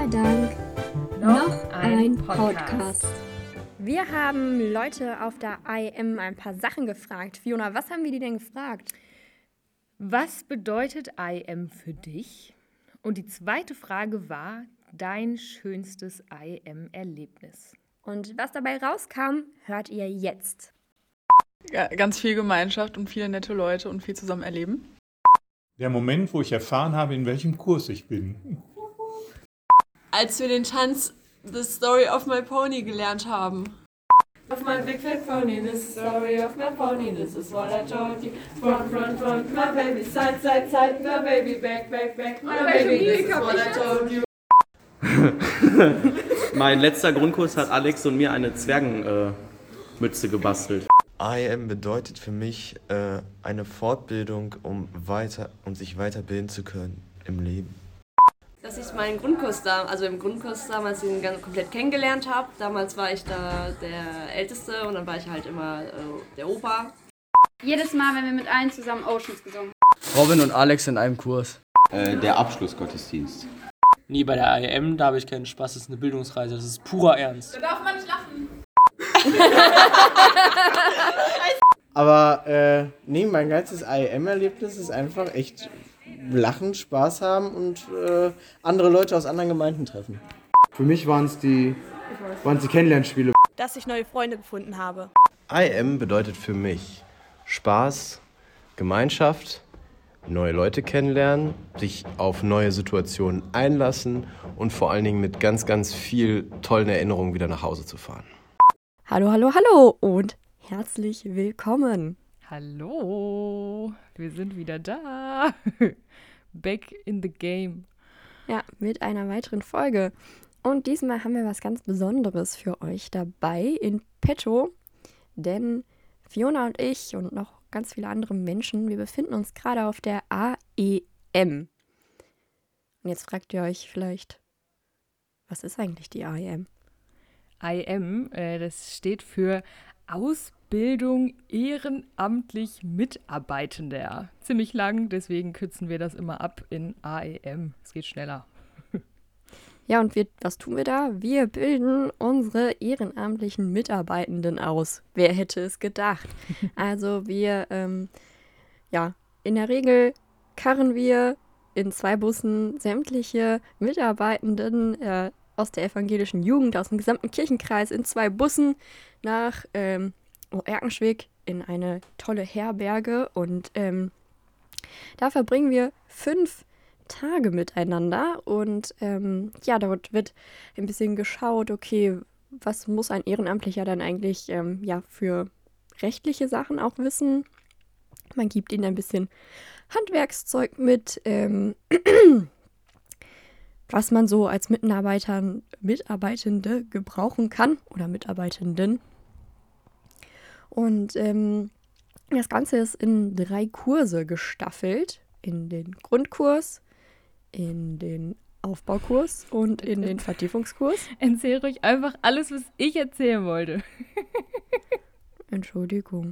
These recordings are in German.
sei Dank noch ein Podcast. Wir haben Leute auf der IM ein paar Sachen gefragt. Fiona, was haben wir die denn gefragt? Was bedeutet IM für dich? Und die zweite Frage war dein schönstes IM-Erlebnis. Und was dabei rauskam, hört ihr jetzt. Ja, ganz viel Gemeinschaft und viele nette Leute und viel zusammen erleben. Der Moment, wo ich erfahren habe, in welchem Kurs ich bin. Als wir den Tanz The Story of My Pony gelernt haben. Of my big fat pony, this is the story of my pony, this is what I told you. Front, front, front, my baby, side, side, side, my baby, back, back, back, my baby, this is what I told you. Mein letzter Grundkurs hat Alex und mir eine Zwergenmütze gebastelt. IM bedeutet für mich eine Fortbildung, um sich weiterbilden zu können im Leben. Dass ich meinen Grundkurs im Grundkurs damals ihn komplett kennengelernt habe. Damals war ich da der Älteste und dann war ich halt immer der Opa. Jedes Mal, wenn wir mit allen zusammen Oceans gesungen haben. Robin und Alex in einem Kurs. Der Abschlussgottesdienst. Nie bei der IM, da habe ich keinen Spaß, das ist eine Bildungsreise, das ist purer Ernst. Da darf man nicht lachen. Aber mein ganzes IM-Erlebnis ist einfach echt lachen, Spaß haben und andere Leute aus anderen Gemeinden treffen. Für mich waren es die Kennenlernspiele. Dass ich neue Freunde gefunden habe. IM bedeutet für mich Spaß, Gemeinschaft, neue Leute kennenlernen, sich auf neue Situationen einlassen und vor allen Dingen mit ganz, ganz viel tollen Erinnerungen wieder nach Hause zu fahren. Hallo, hallo, hallo und herzlich willkommen. Hallo, wir sind wieder da. Back in the game. Ja, mit einer weiteren Folge. Und diesmal haben wir was ganz Besonderes für euch dabei in petto. Denn Fiona und ich und noch ganz viele andere Menschen, wir befinden uns gerade auf der AEM. Und jetzt fragt ihr euch vielleicht, was ist eigentlich die AEM? IM, das steht für Ausbildung ehrenamtlich Mitarbeitender. Ziemlich lang, deswegen kürzen wir das immer ab in AEM. Es geht schneller. Ja, und was tun wir da? Wir bilden unsere ehrenamtlichen Mitarbeitenden aus. Wer hätte es gedacht? Also wir, in der Regel karren wir in 2 Bussen sämtliche Mitarbeitenden aus der evangelischen Jugend, aus dem gesamten Kirchenkreis in 2 Bussen nach Erkenschwick in eine tolle Herberge. Und da verbringen wir 5 Tage miteinander. Und dort wird ein bisschen geschaut, okay, was muss ein Ehrenamtlicher dann eigentlich für rechtliche Sachen auch wissen. Man gibt ihnen ein bisschen Handwerkszeug mit, was man so als Mitarbeitende gebrauchen kann oder Mitarbeitenden. Und das Ganze ist in 3 Kurse gestaffelt. In den Grundkurs, in den Aufbaukurs und in den Vertiefungskurs. Erzähl ruhig einfach alles, was ich erzählen wollte. Entschuldigung.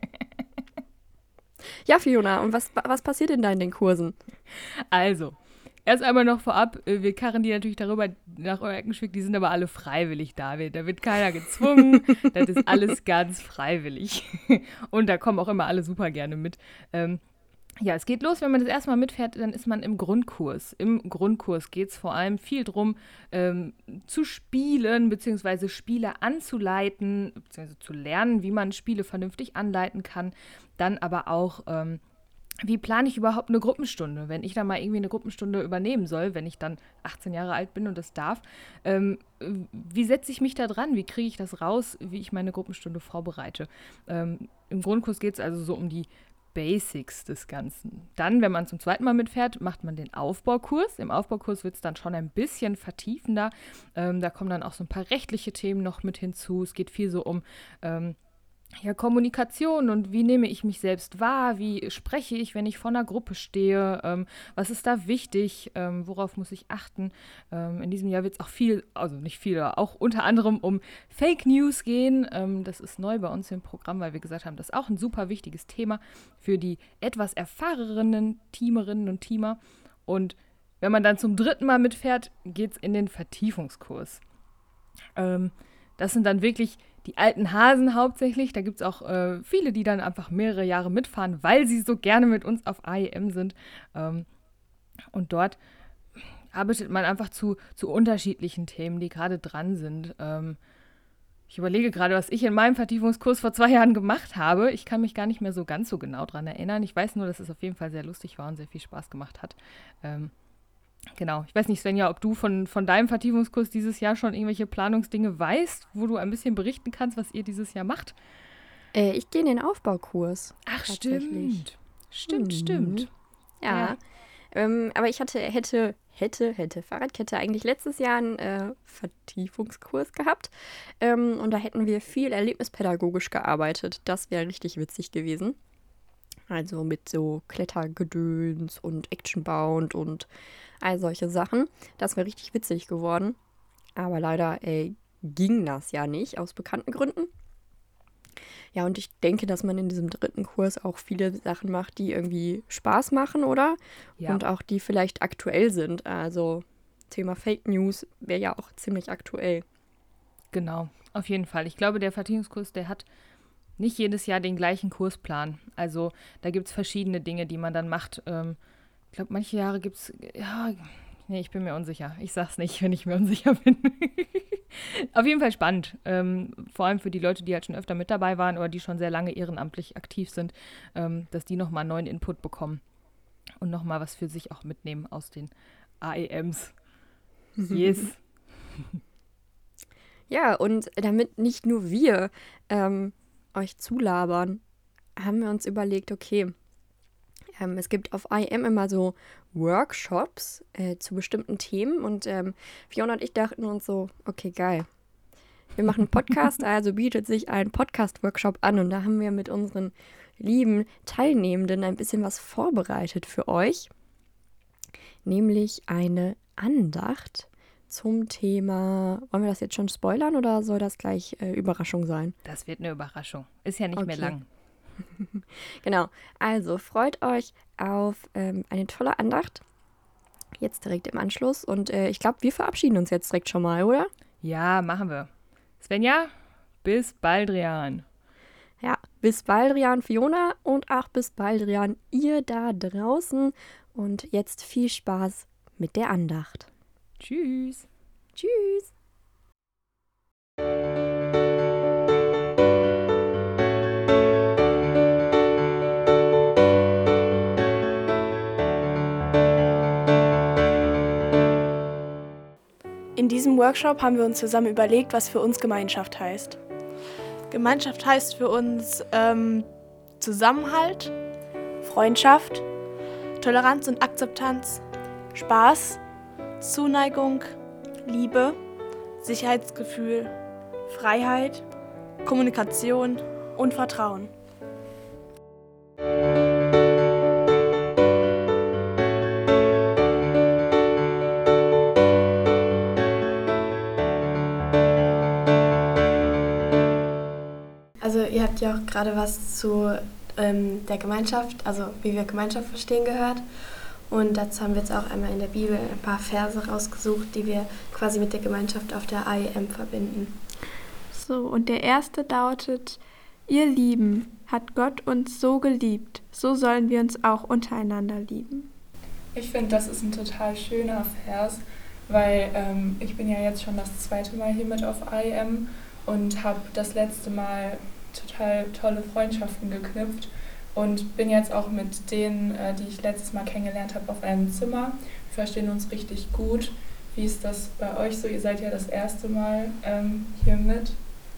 Ja, Fiona, und was passiert denn da in den Kursen? Also, erst einmal noch vorab, wir karren die natürlich darüber nach Erkenschwick, die sind aber alle freiwillig da. Da wird keiner gezwungen, das ist alles ganz freiwillig. Und da kommen auch immer alle super gerne mit. Es geht los, wenn man das erste Mal mitfährt, dann ist man im Grundkurs. Im Grundkurs geht es vor allem viel darum, zu spielen, beziehungsweise Spiele anzuleiten, beziehungsweise zu lernen, wie man Spiele vernünftig anleiten kann. Dann aber auch, wie plane ich überhaupt eine Gruppenstunde, wenn ich da mal irgendwie eine Gruppenstunde übernehmen soll, wenn ich dann 18 Jahre alt bin und das darf. Wie setze ich mich da dran? Wie kriege ich das raus, wie ich meine Gruppenstunde vorbereite? Im Grundkurs geht es also so um die Basics des Ganzen. Dann, wenn man zum zweiten Mal mitfährt, macht man den Aufbaukurs. Im Aufbaukurs wird es dann schon ein bisschen vertiefender. Da kommen dann auch so ein paar rechtliche Themen noch mit hinzu. Es geht viel so um Kommunikation und wie nehme ich mich selbst wahr, wie spreche ich, wenn ich vor einer Gruppe stehe, was ist da wichtig, worauf muss ich achten. In diesem Jahr wird es auch auch unter anderem um Fake News gehen. Das ist neu bei uns im Programm, weil wir gesagt haben, das ist auch ein super wichtiges Thema für die etwas erfahreneren Teamerinnen und Teamer. Und wenn man dann zum 3. Mal mitfährt, geht es in den Vertiefungskurs. Das sind dann wirklich die alten Hasen hauptsächlich. Da gibt es auch viele, die dann einfach mehrere Jahre mitfahren, weil sie so gerne mit uns auf AEM sind. Und dort arbeitet man einfach zu unterschiedlichen Themen, die gerade dran sind. Ich überlege gerade, was ich in meinem Vertiefungskurs vor 2 Jahren gemacht habe. Ich kann mich gar nicht mehr so ganz so genau dran erinnern. Ich weiß nur, dass es auf jeden Fall sehr lustig war und sehr viel Spaß gemacht hat. Genau. Ich weiß nicht, Svenja, ob du von deinem Vertiefungskurs dieses Jahr schon irgendwelche Planungsdinge weißt, wo du ein bisschen berichten kannst, was ihr dieses Jahr macht? Ich gehe in den Aufbaukurs. Ach, stimmt. Stimmt. Ja. Aber ich hätte Fahrradkette eigentlich letztes Jahr einen Vertiefungskurs gehabt. Und da hätten wir viel erlebnispädagogisch gearbeitet. Das wäre richtig witzig gewesen. Also mit so Klettergedöns und Actionbound und all solche Sachen. Das wäre richtig witzig geworden. Aber leider ging das ja nicht, aus bekannten Gründen. Ja, und ich denke, dass man in diesem 3. Kurs auch viele Sachen macht, die irgendwie Spaß machen, oder? Ja. Und auch die vielleicht aktuell sind. Also Thema Fake News wäre ja auch ziemlich aktuell. Genau, auf jeden Fall. Ich glaube, der Vertiefungskurs, der hat nicht jedes Jahr den gleichen Kursplan. Also da gibt es verschiedene Dinge, die man dann macht. Ich glaube, manche Jahre gibt es, nee, ich bin mir unsicher. Ich sag's nicht, wenn ich mir unsicher bin. Auf jeden Fall spannend. Vor allem für die Leute, die halt schon öfter mit dabei waren oder die schon sehr lange ehrenamtlich aktiv sind, dass die nochmal neuen Input bekommen und nochmal was für sich auch mitnehmen aus den AEMs. Yes. Ja, und damit nicht nur wir euch zulabern, haben wir uns überlegt, okay, es gibt auf IM immer so Workshops zu bestimmten Themen und Fiona und ich dachten uns so, okay, geil. Wir machen einen Podcast, also bietet sich ein Podcast-Workshop an und da haben wir mit unseren lieben Teilnehmenden ein bisschen was vorbereitet für euch, nämlich eine Andacht zum Thema, wollen wir das jetzt schon spoilern oder soll das gleich Überraschung sein? Das wird eine Überraschung. Ist ja nicht mehr lang. Genau, also freut euch auf eine tolle Andacht, jetzt direkt im Anschluss und ich glaube, wir verabschieden uns jetzt direkt schon mal, oder? Ja, machen wir. Svenja, bis baldrian. Ja, bis baldrian, Fiona und auch bis baldrian, ihr da draußen und jetzt viel Spaß mit der Andacht. Tschüss. Tschüss. In diesem Workshop haben wir uns zusammen überlegt, was für uns Gemeinschaft heißt. Gemeinschaft heißt für uns Zusammenhalt, Freundschaft, Toleranz und Akzeptanz, Spaß, Zuneigung, Liebe, Sicherheitsgefühl, Freiheit, Kommunikation und Vertrauen. Also ihr habt ja auch gerade was zu der Gemeinschaft, also wie wir Gemeinschaft verstehen, gehört. Und dazu haben wir jetzt auch einmal in der Bibel ein paar Verse rausgesucht, die wir quasi mit der Gemeinschaft auf der AEM verbinden. So, und der erste lautet: Ihr Lieben, hat Gott uns so geliebt, so sollen wir uns auch untereinander lieben. Ich finde, das ist ein total schöner Vers, weil ich bin ja jetzt schon das 2. Mal hier mit auf AEM und habe das letzte Mal total tolle Freundschaften geknüpft und bin jetzt auch mit denen, die ich letztes Mal kennengelernt habe, auf einem Zimmer. Wir verstehen uns richtig gut. Wie ist das bei euch so? Ihr seid ja das erste Mal hier mit.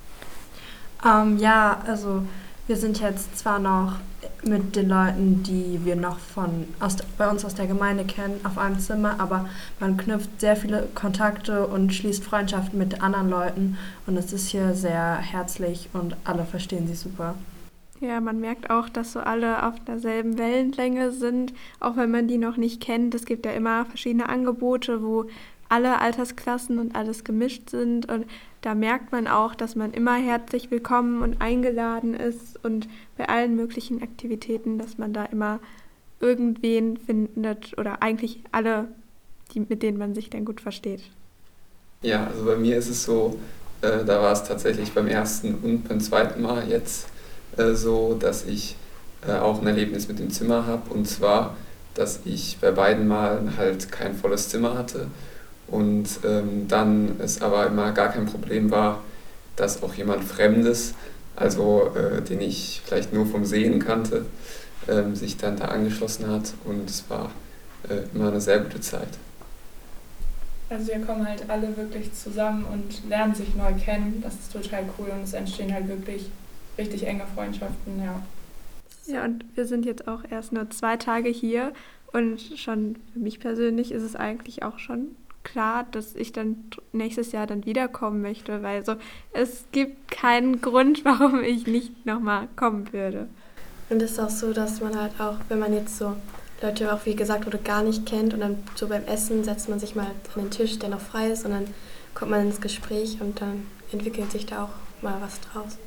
Ja, also wir sind jetzt zwar noch mit den Leuten, die wir noch bei uns aus der Gemeinde kennen, auf einem Zimmer, aber man knüpft sehr viele Kontakte und schließt Freundschaften mit anderen Leuten und es ist hier sehr herzlich und alle verstehen sich super. Ja, man merkt auch, dass so alle auf derselben Wellenlänge sind, auch wenn man die noch nicht kennt. Es gibt ja immer verschiedene Angebote, wo alle Altersklassen und alles gemischt sind und da merkt man auch, dass man immer herzlich willkommen und eingeladen ist und bei allen möglichen Aktivitäten, dass man da immer irgendwen findet oder eigentlich alle mit denen man sich dann gut versteht. Ja, also bei mir ist es so, da war es tatsächlich beim ersten und beim zweiten Mal jetzt so, dass ich auch ein Erlebnis mit dem Zimmer habe. Und zwar, dass ich bei beiden Malen halt kein volles Zimmer hatte. Und dann es aber immer gar kein Problem war, dass auch jemand Fremdes, also den ich vielleicht nur vom Sehen kannte, sich dann da angeschlossen hat. Und es war immer eine sehr gute Zeit. Also wir kommen halt alle wirklich zusammen und lernen sich neu kennen. Das ist total cool und es entstehen halt wirklich richtig enge Freundschaften, ja. Ja, und wir sind jetzt auch erst nur 2 Tage hier und schon für mich persönlich ist es eigentlich auch schon klar, dass ich dann nächstes Jahr dann wiederkommen möchte, weil so es gibt keinen Grund, warum ich nicht nochmal kommen würde. Und es ist auch so, dass man halt auch, wenn man jetzt so Leute auch, wie gesagt wurde, gar nicht kennt und dann so beim Essen setzt man sich mal an den Tisch, der noch frei ist und dann kommt man ins Gespräch und dann entwickelt sich da auch mal was draus.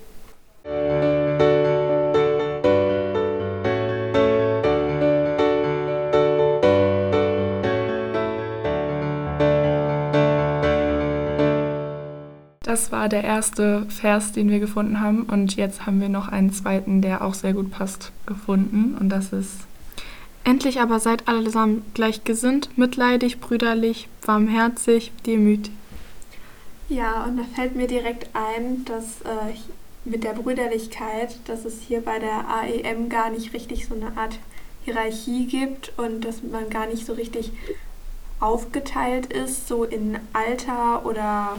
Das war der erste Vers, den wir gefunden haben und jetzt haben wir noch einen zweiten, der auch sehr gut passt, gefunden und das ist: Endlich aber seid allesamt gleichgesinnt, mitleidig, brüderlich, warmherzig, demütig. Ja, und da fällt mir direkt ein, dass mit der Brüderlichkeit, dass es hier bei der AEM gar nicht richtig so eine Art Hierarchie gibt und dass man gar nicht so richtig aufgeteilt ist, so in Alter oder,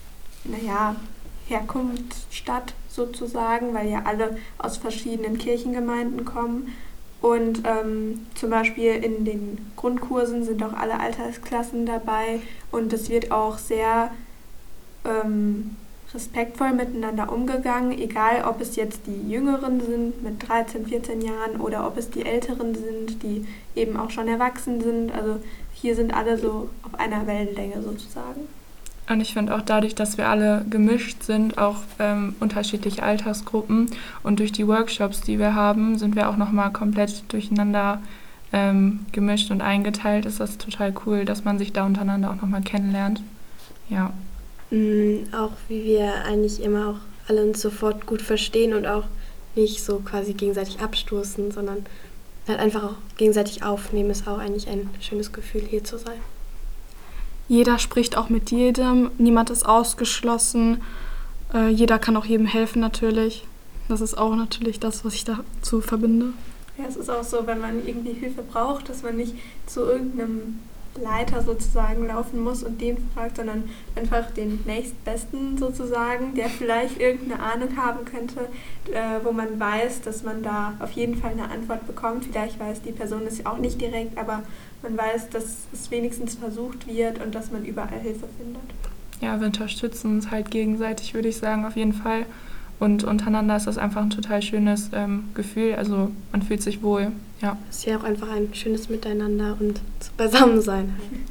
Herkunftsstadt sozusagen, weil ja alle aus verschiedenen Kirchengemeinden kommen. Und zum Beispiel in den Grundkursen sind auch alle Altersklassen dabei und es wird auch sehr respektvoll miteinander umgegangen, egal ob es jetzt die Jüngeren sind mit 13, 14 Jahren oder ob es die Älteren sind, die eben auch schon erwachsen sind. Also hier sind alle so auf einer Wellenlänge sozusagen. Und ich finde auch dadurch, dass wir alle gemischt sind, auch unterschiedliche Altersgruppen und durch die Workshops, die wir haben, sind wir auch nochmal komplett durcheinander gemischt und eingeteilt. Ist das total cool, dass man sich da untereinander auch nochmal kennenlernt. Ja. Auch wie wir eigentlich immer auch alle uns sofort gut verstehen und auch nicht so quasi gegenseitig abstoßen, sondern halt einfach auch gegenseitig aufnehmen, ist auch eigentlich ein schönes Gefühl, hier zu sein. Jeder spricht auch mit jedem, niemand ist ausgeschlossen, jeder kann auch jedem helfen natürlich. Das ist auch natürlich das, was ich dazu verbinde. Ja, es ist auch so, wenn man irgendwie Hilfe braucht, dass man nicht zu irgendeinem Leiter sozusagen laufen muss und den fragt, sondern einfach den nächstbesten sozusagen, der vielleicht irgendeine Ahnung haben könnte, wo man weiß, dass man da auf jeden Fall eine Antwort bekommt. Vielleicht weiß die Person es auch nicht direkt, aber man weiß, dass es wenigstens versucht wird und dass man überall Hilfe findet. Ja, wir unterstützen uns halt gegenseitig, würde ich sagen, auf jeden Fall. Und untereinander ist das einfach ein total schönes Gefühl. Also man fühlt sich wohl, ja. Es ist ja auch einfach ein schönes Miteinander und Beisammensein.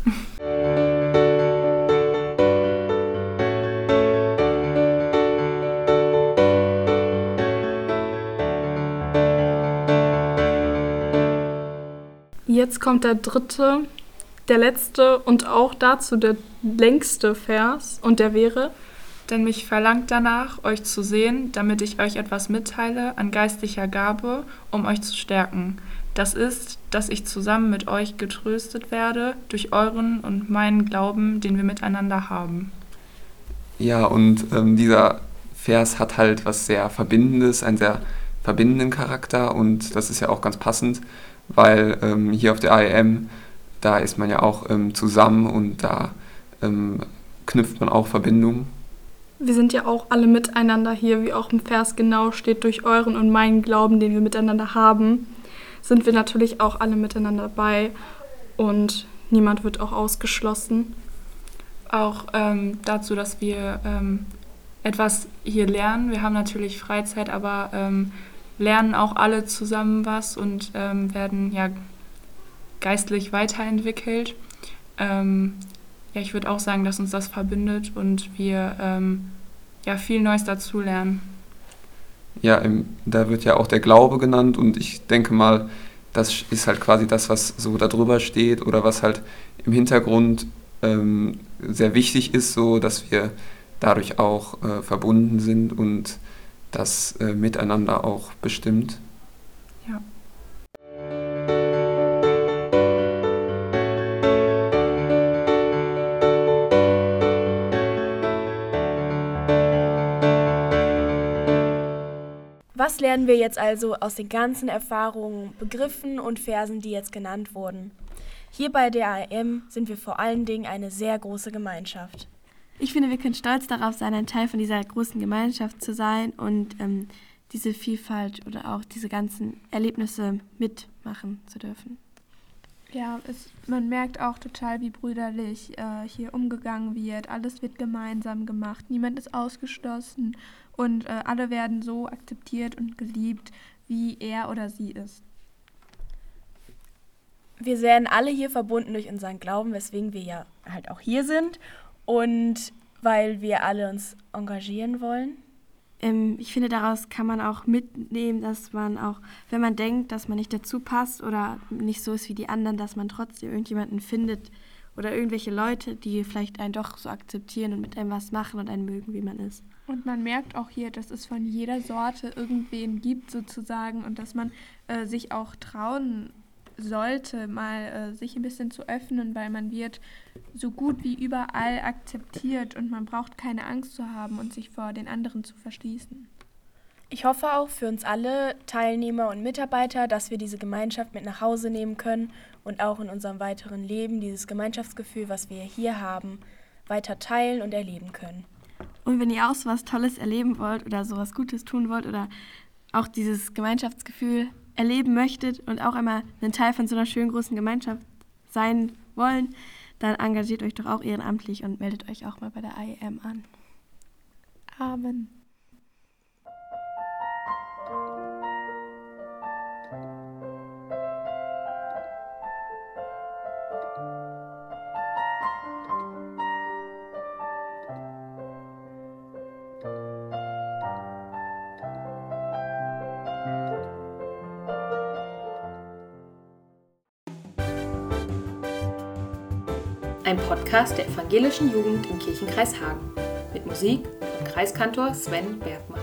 Jetzt kommt der dritte, der letzte und auch dazu der längste Vers und der wäre: Denn mich verlangt danach, euch zu sehen, damit ich euch etwas mitteile an geistlicher Gabe, um euch zu stärken. Das ist, dass ich zusammen mit euch getröstet werde durch euren und meinen Glauben, den wir miteinander haben. Ja, und dieser Vers hat halt was sehr Verbindendes, einen sehr verbindenden Charakter und das ist ja auch ganz passend, weil hier auf der AEM, da ist man ja auch zusammen und da knüpft man auch Verbindungen. Wir sind ja auch alle miteinander hier, wie auch im Vers genau steht, durch euren und meinen Glauben, den wir miteinander haben, sind wir natürlich auch alle miteinander dabei und niemand wird auch ausgeschlossen. Auch dazu, dass wir etwas hier lernen. Wir haben natürlich Freizeit, aber lernen auch alle zusammen was und werden ja geistlich weiterentwickelt. Ja, ich würde auch sagen, dass uns das verbindet und wir viel Neues dazulernen. Ja, da wird ja auch der Glaube genannt und ich denke mal, das ist halt quasi das, was so da drüber steht oder was halt im Hintergrund sehr wichtig ist, so dass wir dadurch auch verbunden sind und das Miteinander auch bestimmt. Ja. Was lernen wir jetzt also aus den ganzen Erfahrungen, Begriffen und Versen, die jetzt genannt wurden? Hier bei der AM sind wir vor allen Dingen eine sehr große Gemeinschaft. Ich finde, wir können stolz darauf sein, ein Teil von dieser großen Gemeinschaft zu sein und diese Vielfalt oder auch diese ganzen Erlebnisse mitmachen zu dürfen. Ja, man merkt auch total, wie brüderlich hier umgegangen wird. Alles wird gemeinsam gemacht, niemand ist ausgeschlossen und alle werden so akzeptiert und geliebt, wie er oder sie ist. Wir werden alle hier verbunden durch unseren Glauben, weswegen wir ja halt auch hier sind und weil wir alle uns engagieren wollen. Ich finde, daraus kann man auch mitnehmen, dass man auch, wenn man denkt, dass man nicht dazu passt oder nicht so ist wie die anderen, dass man trotzdem irgendjemanden findet oder irgendwelche Leute, die vielleicht einen doch so akzeptieren und mit einem was machen und einen mögen, wie man ist. Und man merkt auch hier, dass es von jeder Sorte irgendwen gibt sozusagen und dass man sich auch trauen sollte, mal sich ein bisschen zu öffnen, weil man wird so gut wie überall akzeptiert und man braucht keine Angst zu haben und sich vor den anderen zu verschließen. Ich hoffe auch für uns alle Teilnehmer und Mitarbeiter, dass wir diese Gemeinschaft mit nach Hause nehmen können und auch in unserem weiteren Leben dieses Gemeinschaftsgefühl, was wir hier haben, weiter teilen und erleben können. Und wenn ihr auch so was Tolles erleben wollt oder so was Gutes tun wollt oder auch dieses Gemeinschaftsgefühl erleben möchtet und auch einmal ein Teil von so einer schönen großen Gemeinschaft sein wollen, dann engagiert euch doch auch ehrenamtlich und meldet euch auch mal bei der IAM an. Amen. Ein Podcast der evangelischen Jugend im Kirchenkreis Hagen. Mit Musik von Kreiskantor Sven Bergmann.